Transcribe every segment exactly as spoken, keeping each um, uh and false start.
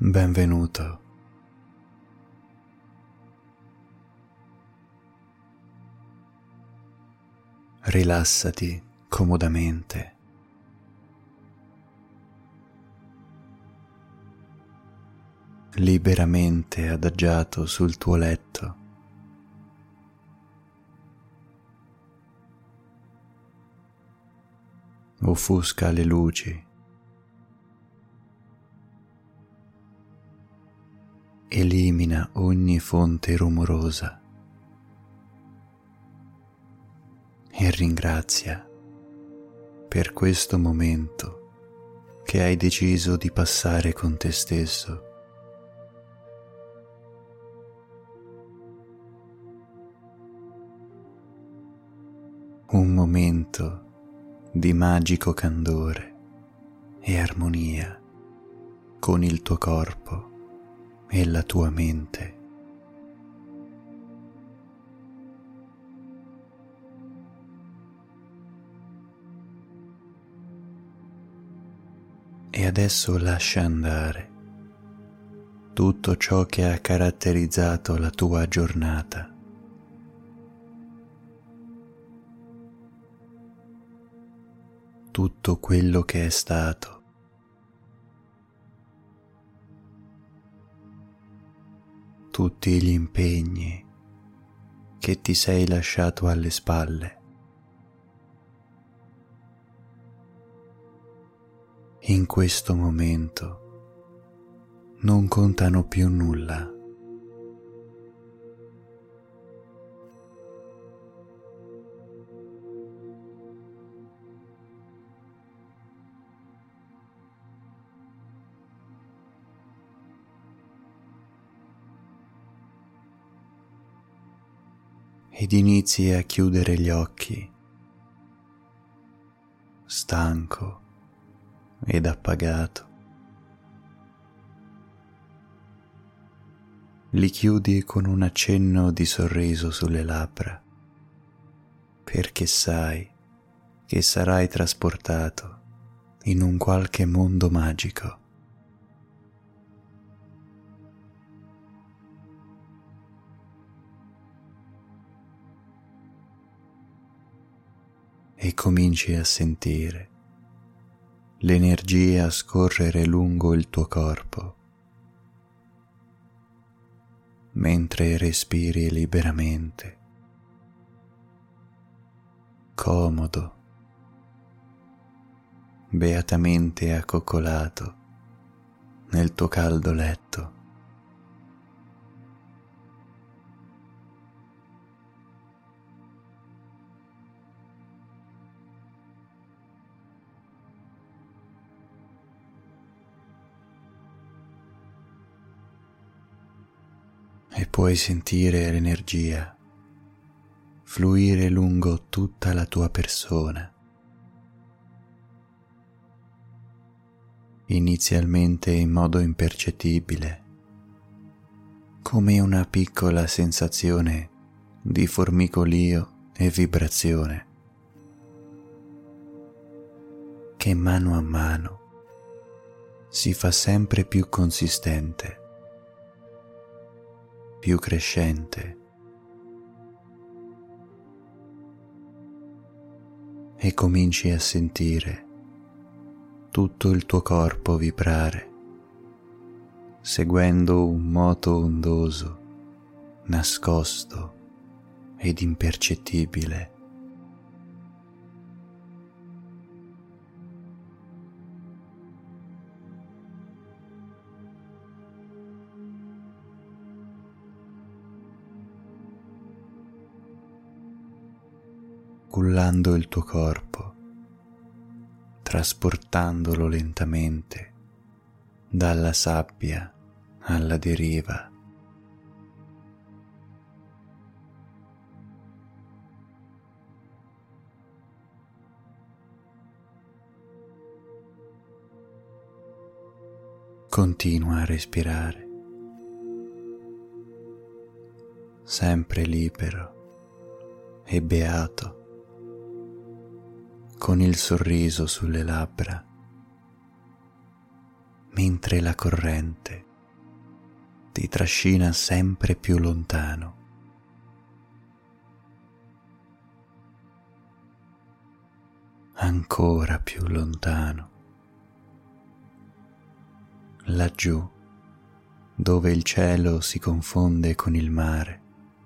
Benvenuto. Rilassati comodamente. Liberamente adagiato sul tuo letto. Offusca le luci. Elimina ogni fonte rumorosa e ringrazia per questo momento che hai deciso di passare con te stesso. Un momento di magico candore e armonia con il tuo corpo e la tua mente. E adesso lascia andare tutto ciò che ha caratterizzato la tua giornata. Tutto quello che è stato. Tutti gli impegni che ti sei lasciato alle spalle. In questo momento non contano più nulla. Ed inizi a chiudere gli occhi, stanco ed appagato. Li chiudi con un accenno di sorriso sulle labbra, perché sai che sarai trasportato in un qualche mondo magico. E cominci a sentire l'energia scorrere lungo il tuo corpo, mentre respiri liberamente, comodo, beatamente accoccolato nel tuo caldo letto. E puoi sentire l'energia fluire lungo tutta la tua persona, inizialmente in modo impercettibile, come una piccola sensazione di formicolio e vibrazione, che mano a mano si fa sempre più consistente, più crescente, e cominci a sentire tutto il tuo corpo vibrare, seguendo un moto ondoso, nascosto ed impercettibile. Cullando il tuo corpo, trasportandolo lentamente dalla sabbia alla deriva. Continua a respirare, sempre libero e beato, con il sorriso sulle labbra, mentre la corrente ti trascina sempre più lontano. Ancora più lontano. Laggiù, dove il cielo si confonde con il mare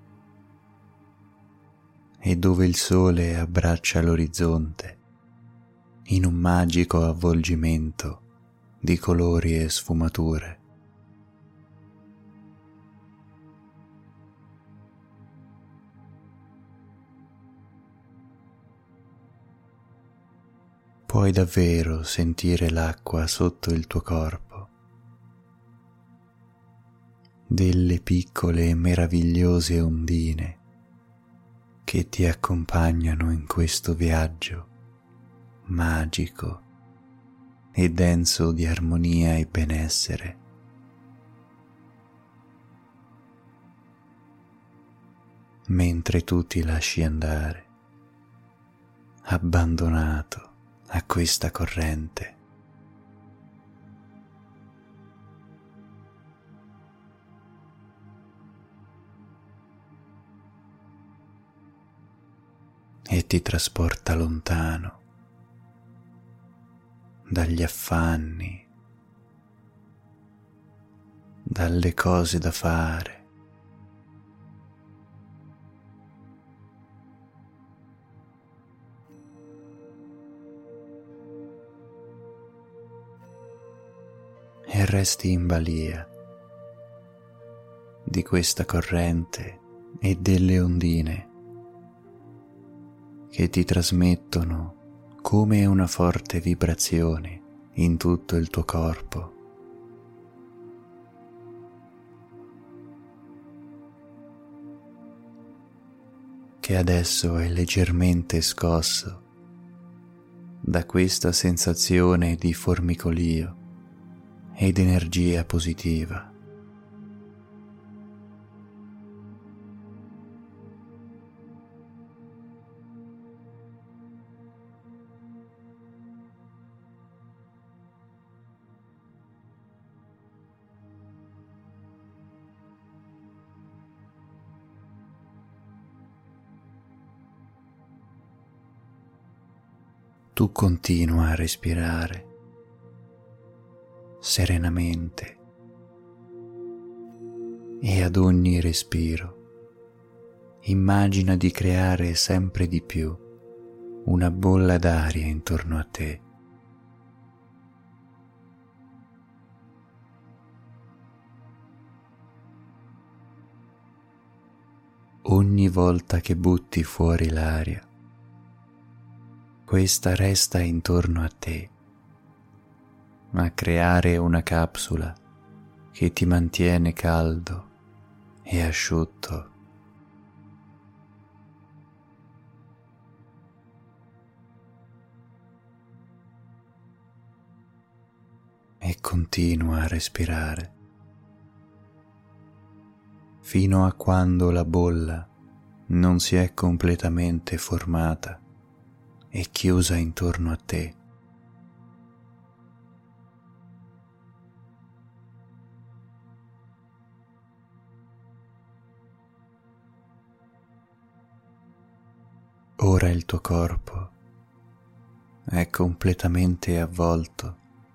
e dove il sole abbraccia l'orizzonte in un magico avvolgimento di colori e sfumature. Puoi davvero sentire l'acqua sotto il tuo corpo, delle piccole e meravigliose ondine che ti accompagnano in questo viaggio magico e denso di armonia e benessere. Mentre tu ti lasci andare, abbandonato a questa corrente. E ti trasporta lontano dagli affanni, dalle cose da fare, e resti in balia di questa corrente e delle ondine che ti trasmettono come una forte vibrazione in tutto il tuo corpo. Che adesso è leggermente scosso da questa sensazione di formicolio ed energia positiva. Tu continua a respirare serenamente e ad ogni respiro immagina di creare sempre di più una bolla d'aria intorno a te. Ogni volta che butti fuori l'aria, questa resta intorno a te, a creare una capsula che ti mantiene caldo e asciutto. E continua a respirare fino a quando la bolla non si è completamente formata e chiusa intorno a te. Ora il tuo corpo è completamente avvolto,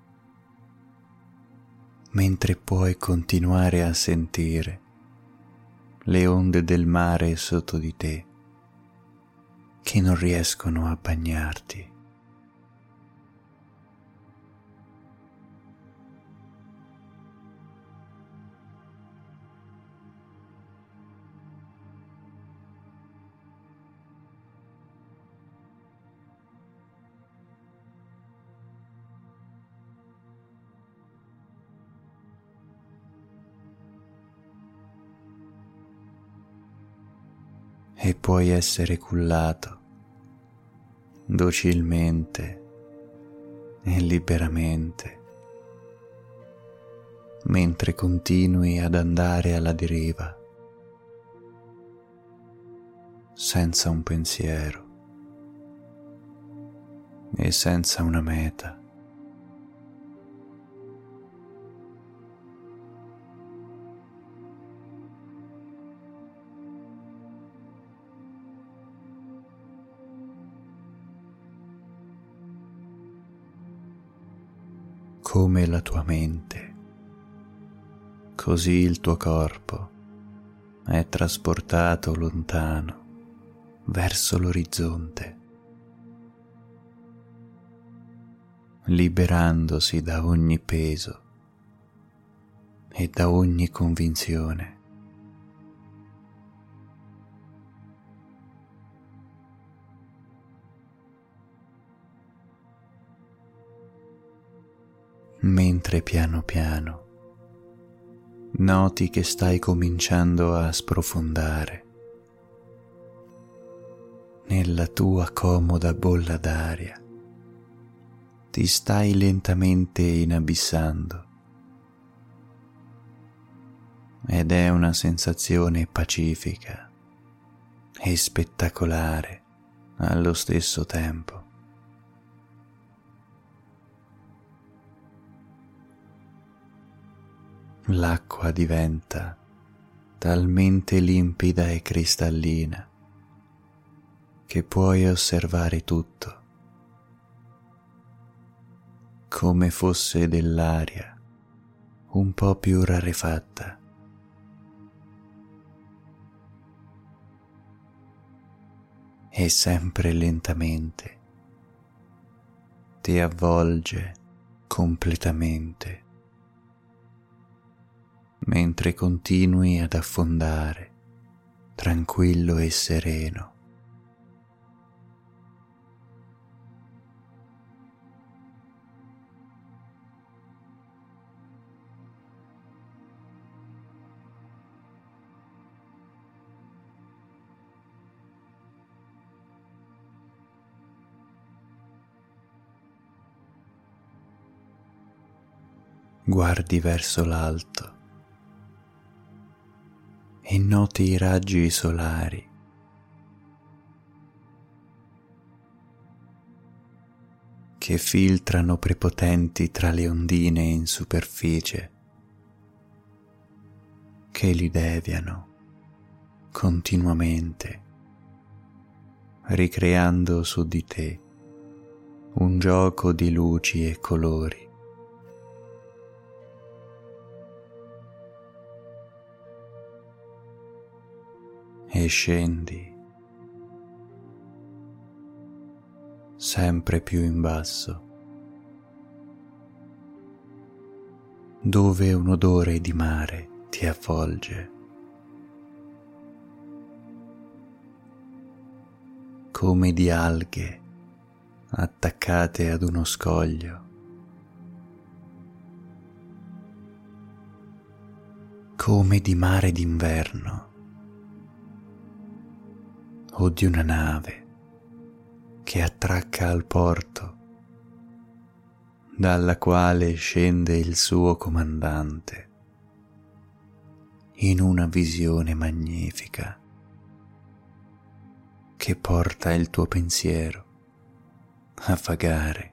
mentre puoi continuare a sentire le onde del mare sotto di te che non riescono a bagnarti. E puoi essere cullato docilmente e liberamente mentre continui ad andare alla deriva senza un pensiero e senza una meta. come la tua mente, così il tuo corpo è trasportato lontano verso l'orizzonte, liberandosi da ogni peso e da ogni convinzione. Mentre piano piano noti che stai cominciando a sprofondare nella tua comoda bolla d'aria, ti stai lentamente inabissando ed è una sensazione pacifica e spettacolare allo stesso tempo. L'acqua diventa talmente limpida e cristallina che puoi osservare tutto come fosse dell'aria un po' più rarefatta. E sempre lentamente ti avvolge completamente, mentre continui ad affondare tranquillo e sereno. Guardi verso l'alto e noti i raggi solari che filtrano prepotenti tra le ondine in superficie, che li deviano continuamente, ricreando su di te un gioco di luci e colori. E scendi sempre più in basso, dove un odore di mare ti avvolge, come di alghe attaccate ad uno scoglio, come di mare d'inverno o di una nave che attracca al porto, dalla quale scende il suo comandante in una visione magnifica che porta il tuo pensiero a vagare.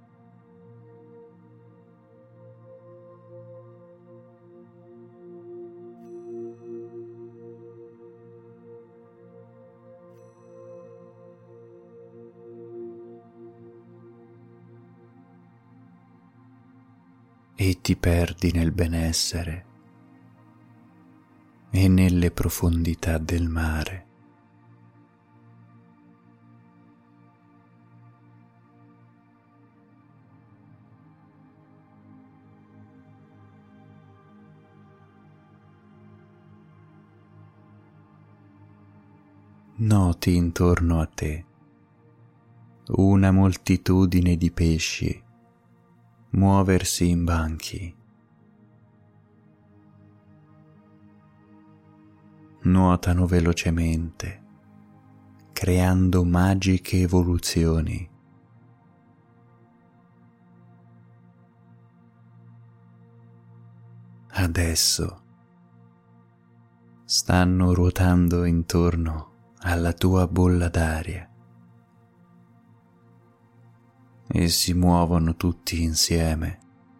E ti perdi nel benessere e nelle profondità del mare. Noti intorno a te una moltitudine di pesci muoversi in banchi. Nuotano velocemente, creando magiche evoluzioni. Adesso stanno ruotando intorno alla tua bolla d'aria e si muovono tutti insieme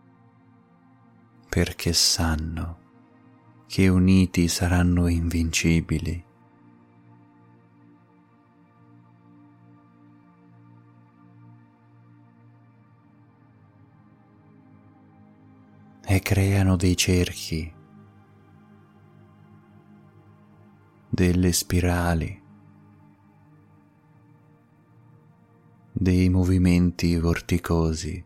perché sanno che uniti saranno invincibili. e creano dei cerchi, delle spirali, dei movimenti vorticosi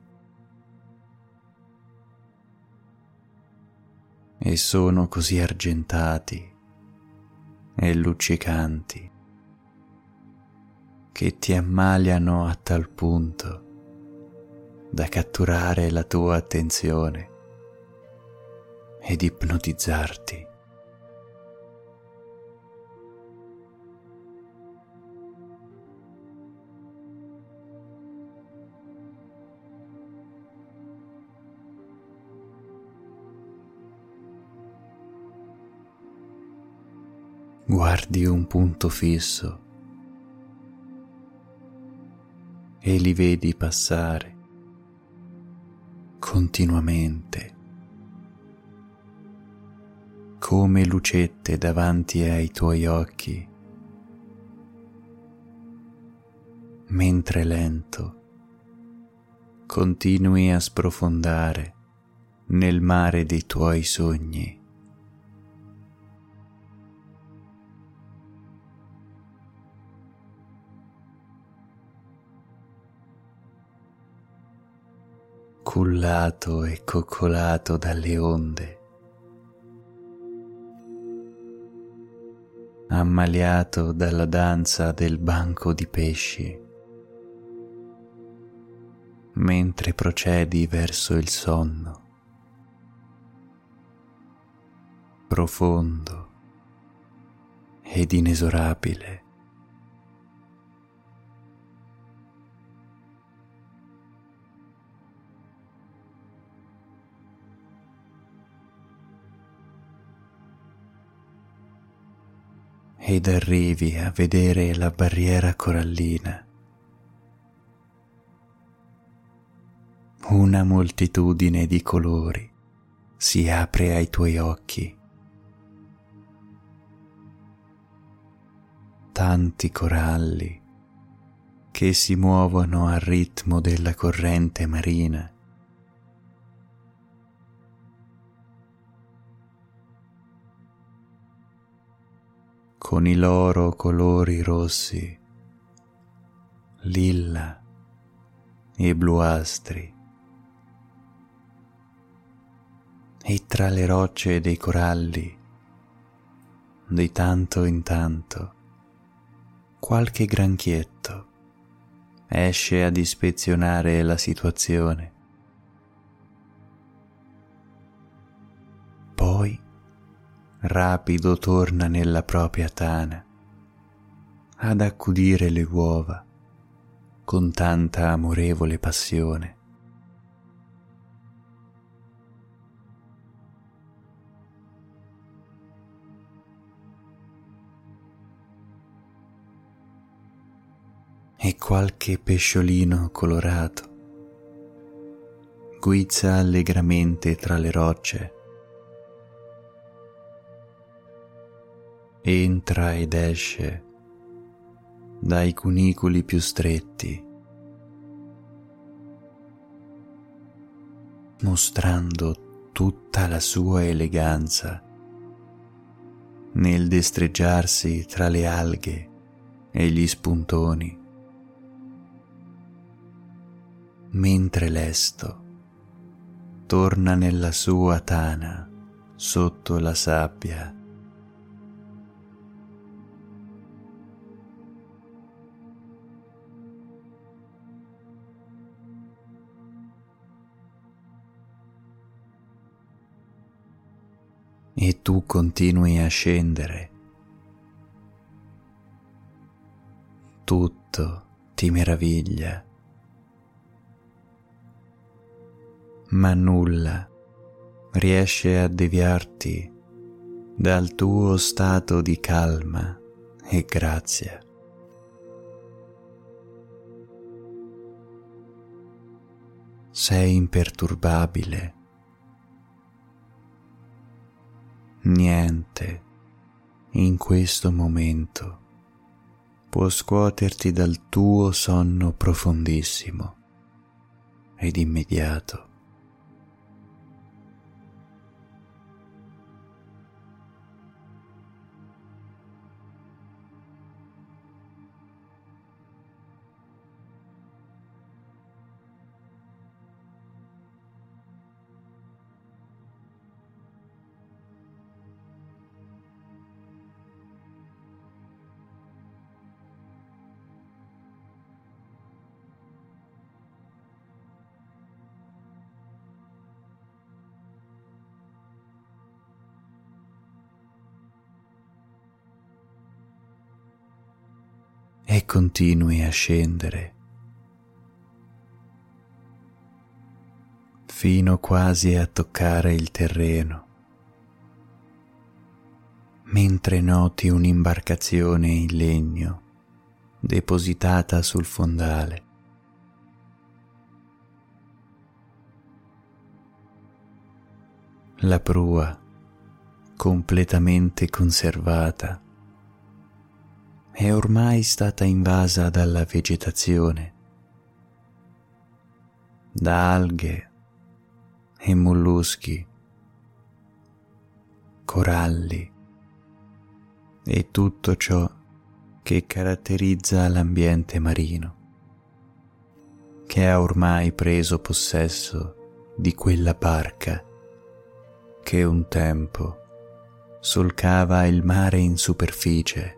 e sono così argentati e luccicanti che ti ammaliano a tal punto da catturare la tua attenzione ed ipnotizzarti. Guardi un punto fisso e li vedi passare continuamente come lucette davanti ai tuoi occhi, mentre lento continui a sprofondare nel mare dei tuoi sogni. Cullato e coccolato dalle onde, ammaliato dalla danza del banco di pesci, mentre procedi verso il sonno, profondo ed inesorabile. Ed arrivi a vedere la barriera corallina, una moltitudine di colori si apre ai tuoi occhi, tanti coralli che si muovono al ritmo della corrente marina, con i loro colori rossi, lilla e bluastri, e tra le rocce dei coralli, di tanto in tanto, qualche granchietto esce ad ispezionare la situazione. Poi rapido torna nella propria tana ad accudire le uova con tanta amorevole passione. E qualche pesciolino colorato guizza allegramente tra le rocce, entra ed esce dai cunicoli più stretti, mostrando tutta la sua eleganza nel destreggiarsi tra le alghe e gli spuntoni, mentre lesto torna nella sua tana sotto la sabbia. E tu continui a scendere. Tutto ti meraviglia, ma nulla riesce a deviarti dal tuo stato di calma e grazia. Sei imperturbabile. Niente in questo momento può scuoterti dal tuo sonno profondissimo ed immediato. e continui a scendere fino quasi a toccare il terreno, mentre noti un'imbarcazione in legno depositata sul fondale. La prua, completamente conservata, è ormai stata invasa dalla vegetazione, da alghe e molluschi, coralli e tutto ciò che caratterizza l'ambiente marino, che ha ormai preso possesso di quella barca che un tempo solcava il mare in superficie.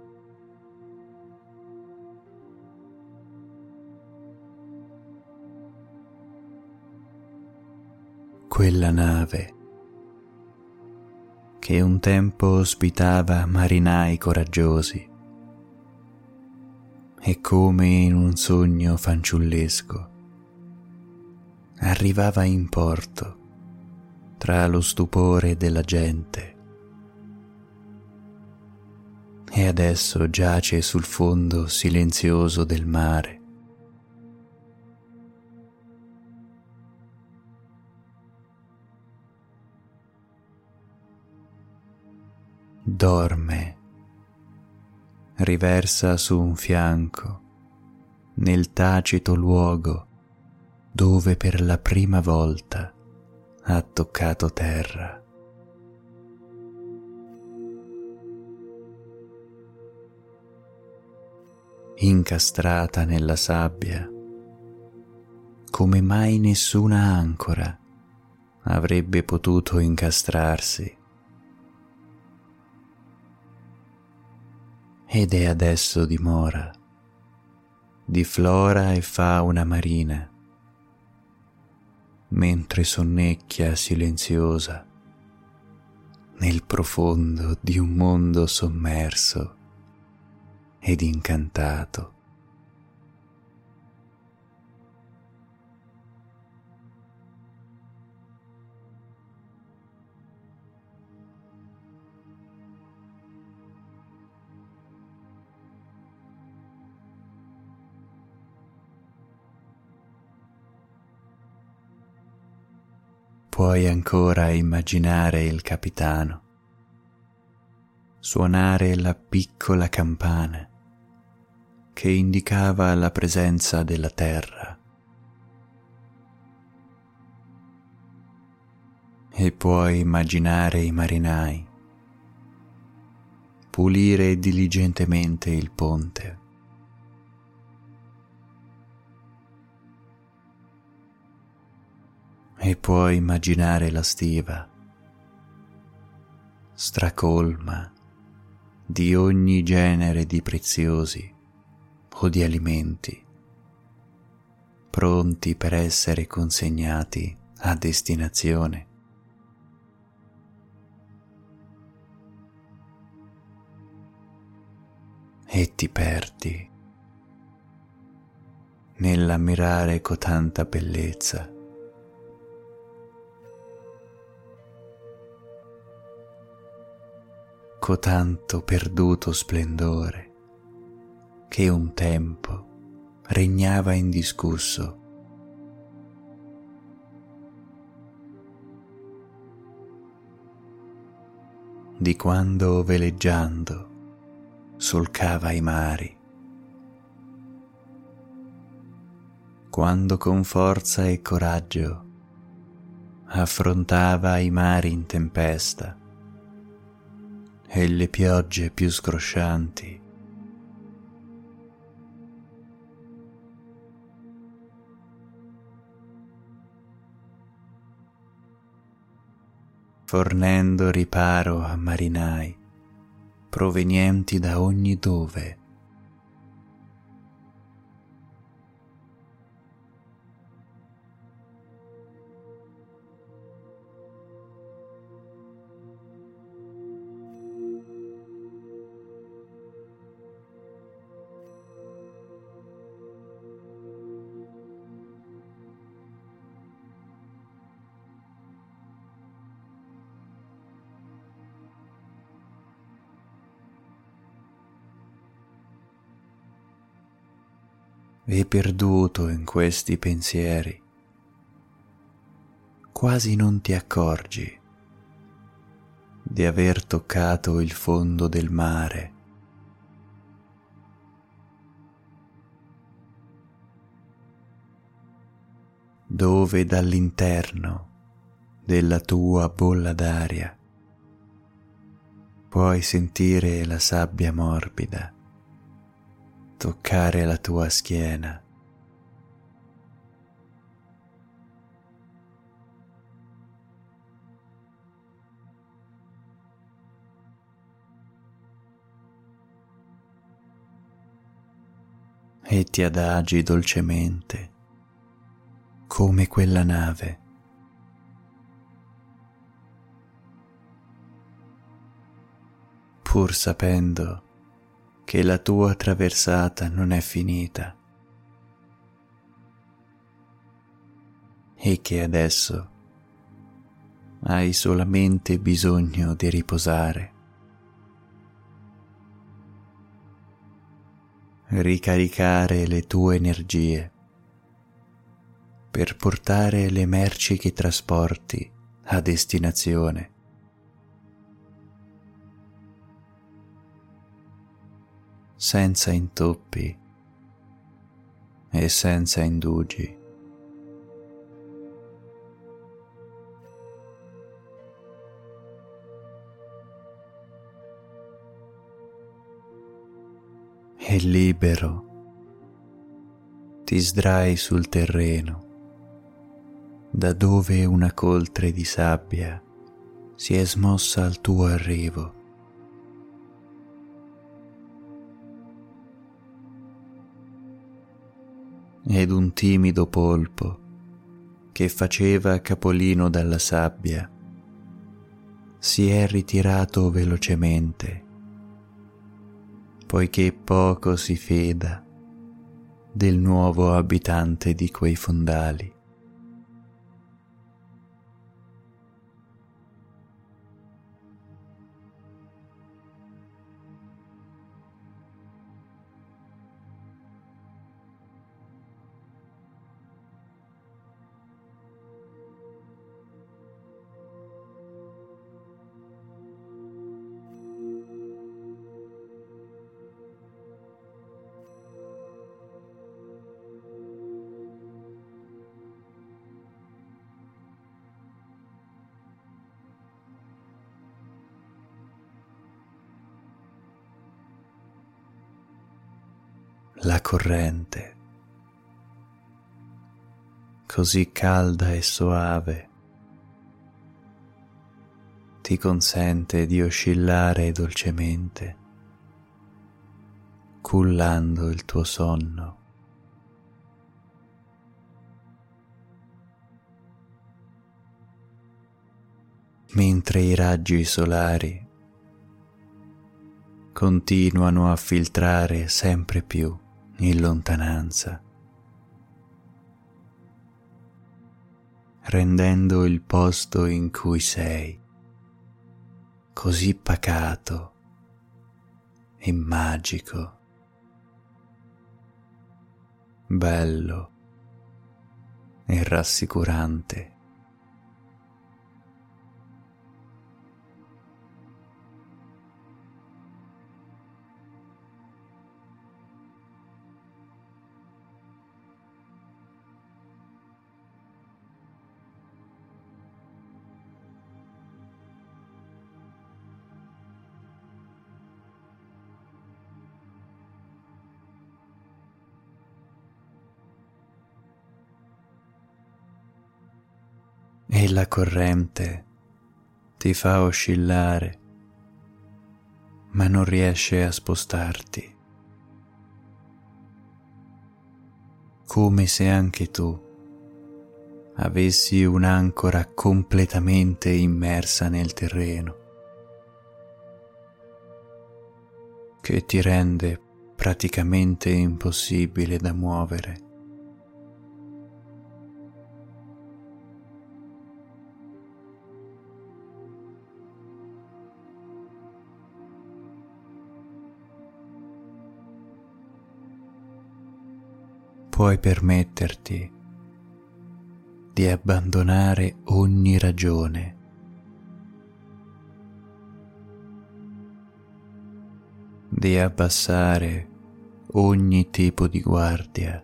Quella nave che un tempo ospitava marinai coraggiosi e come in un sogno fanciullesco arrivava in porto tra lo stupore della gente e adesso giace sul fondo silenzioso del mare. Dorme, riversa su un fianco, nel tacito luogo dove per la prima volta ha toccato terra. Incastrata nella sabbia, come mai nessuna ancora avrebbe potuto incastrarsi. Ed è adesso dimora di flora e fauna marina, mentre sonnecchia silenziosa nel profondo di un mondo sommerso ed incantato. Puoi ancora immaginare il capitano suonare la piccola campana che indicava la presenza della terra e puoi immaginare i marinai pulire diligentemente il ponte. E puoi immaginare la stiva, stracolma di ogni genere di preziosi o di alimenti, pronti per essere consegnati a destinazione. E ti perdi nell'ammirare cotanta bellezza. Cotanto perduto splendore che un tempo regnava indiscusso. Di quando veleggiando solcava i mari, quando con forza e coraggio affrontava i mari in tempesta e le piogge più scroscianti. Fornendo riparo a marinai provenienti da ogni dove. e perduto in questi pensieri, quasi non ti accorgi di aver toccato il fondo del mare. Dove dall'interno della tua bolla d'aria puoi sentire la sabbia morbida toccare la tua schiena. E ti adagi dolcemente come quella nave, pur sapendo che la tua traversata non è finita e che adesso hai solamente bisogno di riposare, ricaricare le tue energie per portare le merci che trasporti a destinazione. Senza intoppi e senza indugi. E libero ti sdrai sul terreno da dove una coltre di sabbia si è smossa al tuo arrivo. Ed un timido polpo che faceva capolino dalla sabbia si è ritirato velocemente, poiché poco si fida del nuovo abitante di quei fondali. La corrente, così calda e soave, ti consente di oscillare dolcemente, cullando il tuo sonno. Mentre i raggi solari continuano a filtrare sempre più in lontananza, rendendo il posto in cui sei così pacato e magico, bello e rassicurante. E la corrente ti fa oscillare, ma non riesce a spostarti, come se anche tu avessi un'ancora completamente immersa nel terreno, che ti rende praticamente impossibile da muovere. puoi permetterti di abbandonare ogni ragione, di abbassare ogni tipo di guardia,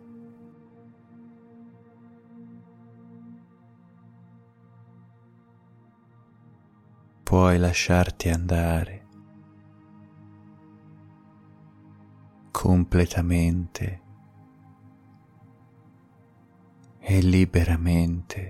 puoi lasciarti andare completamente e liberamente.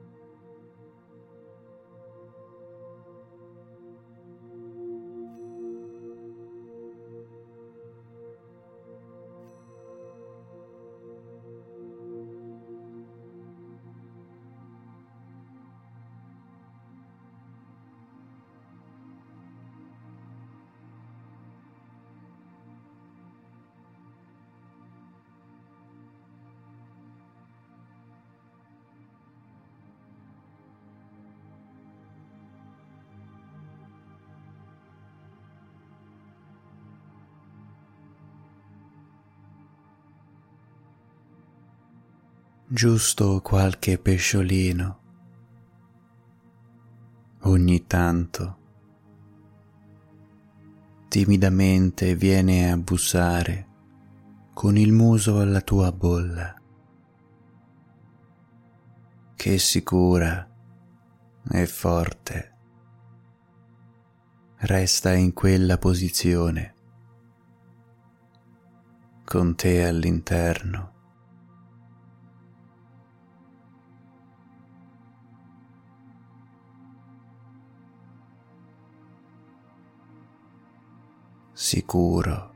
Giusto qualche pesciolino ogni tanto timidamente viene a bussare con il muso alla tua bolla, che sicura e forte resta in quella posizione con te all'interno. Sicuro,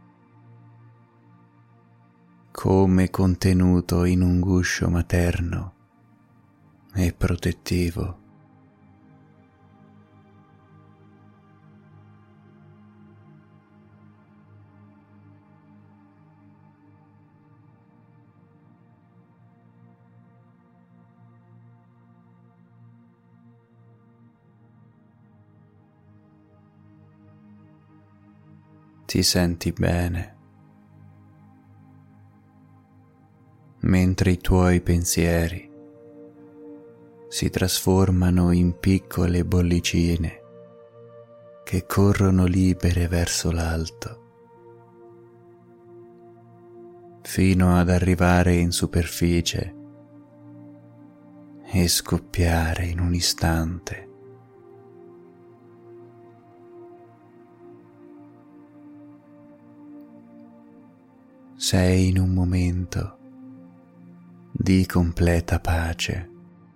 come contenuto in un guscio materno e protettivo. Ti senti bene, mentre i tuoi pensieri si trasformano in piccole bollicine che corrono libere verso l'alto, fino ad arrivare in superficie e scoppiare in un istante. Sei in un momento di completa pace.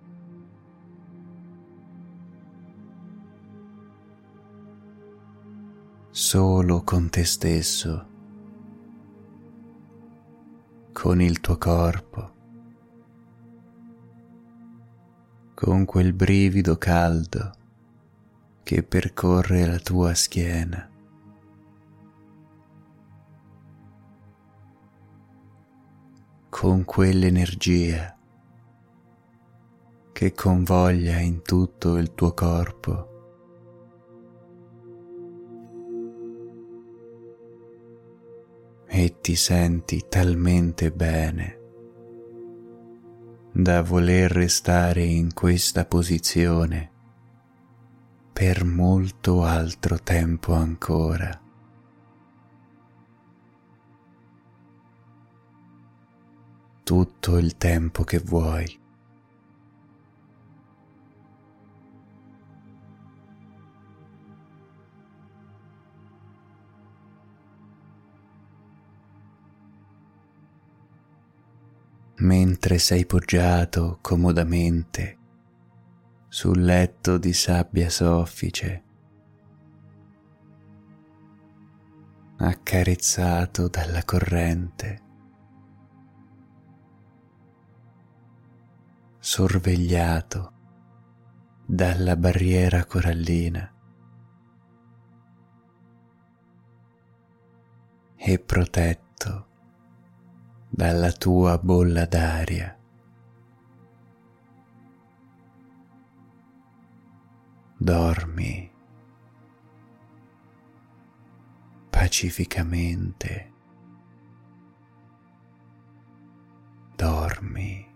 Solo con te stesso, con il tuo corpo, con quel brivido caldo che percorre la tua schiena. Con quell'energia che convoglia in tutto il tuo corpo. E ti senti talmente bene da voler restare in questa posizione per molto altro tempo ancora. Tutto il tempo che vuoi. Mentre sei poggiato comodamente sul letto di sabbia soffice, accarezzato dalla corrente, sorvegliato dalla barriera corallina e protetto dalla tua bolla d'aria. Dormi pacificamente. me.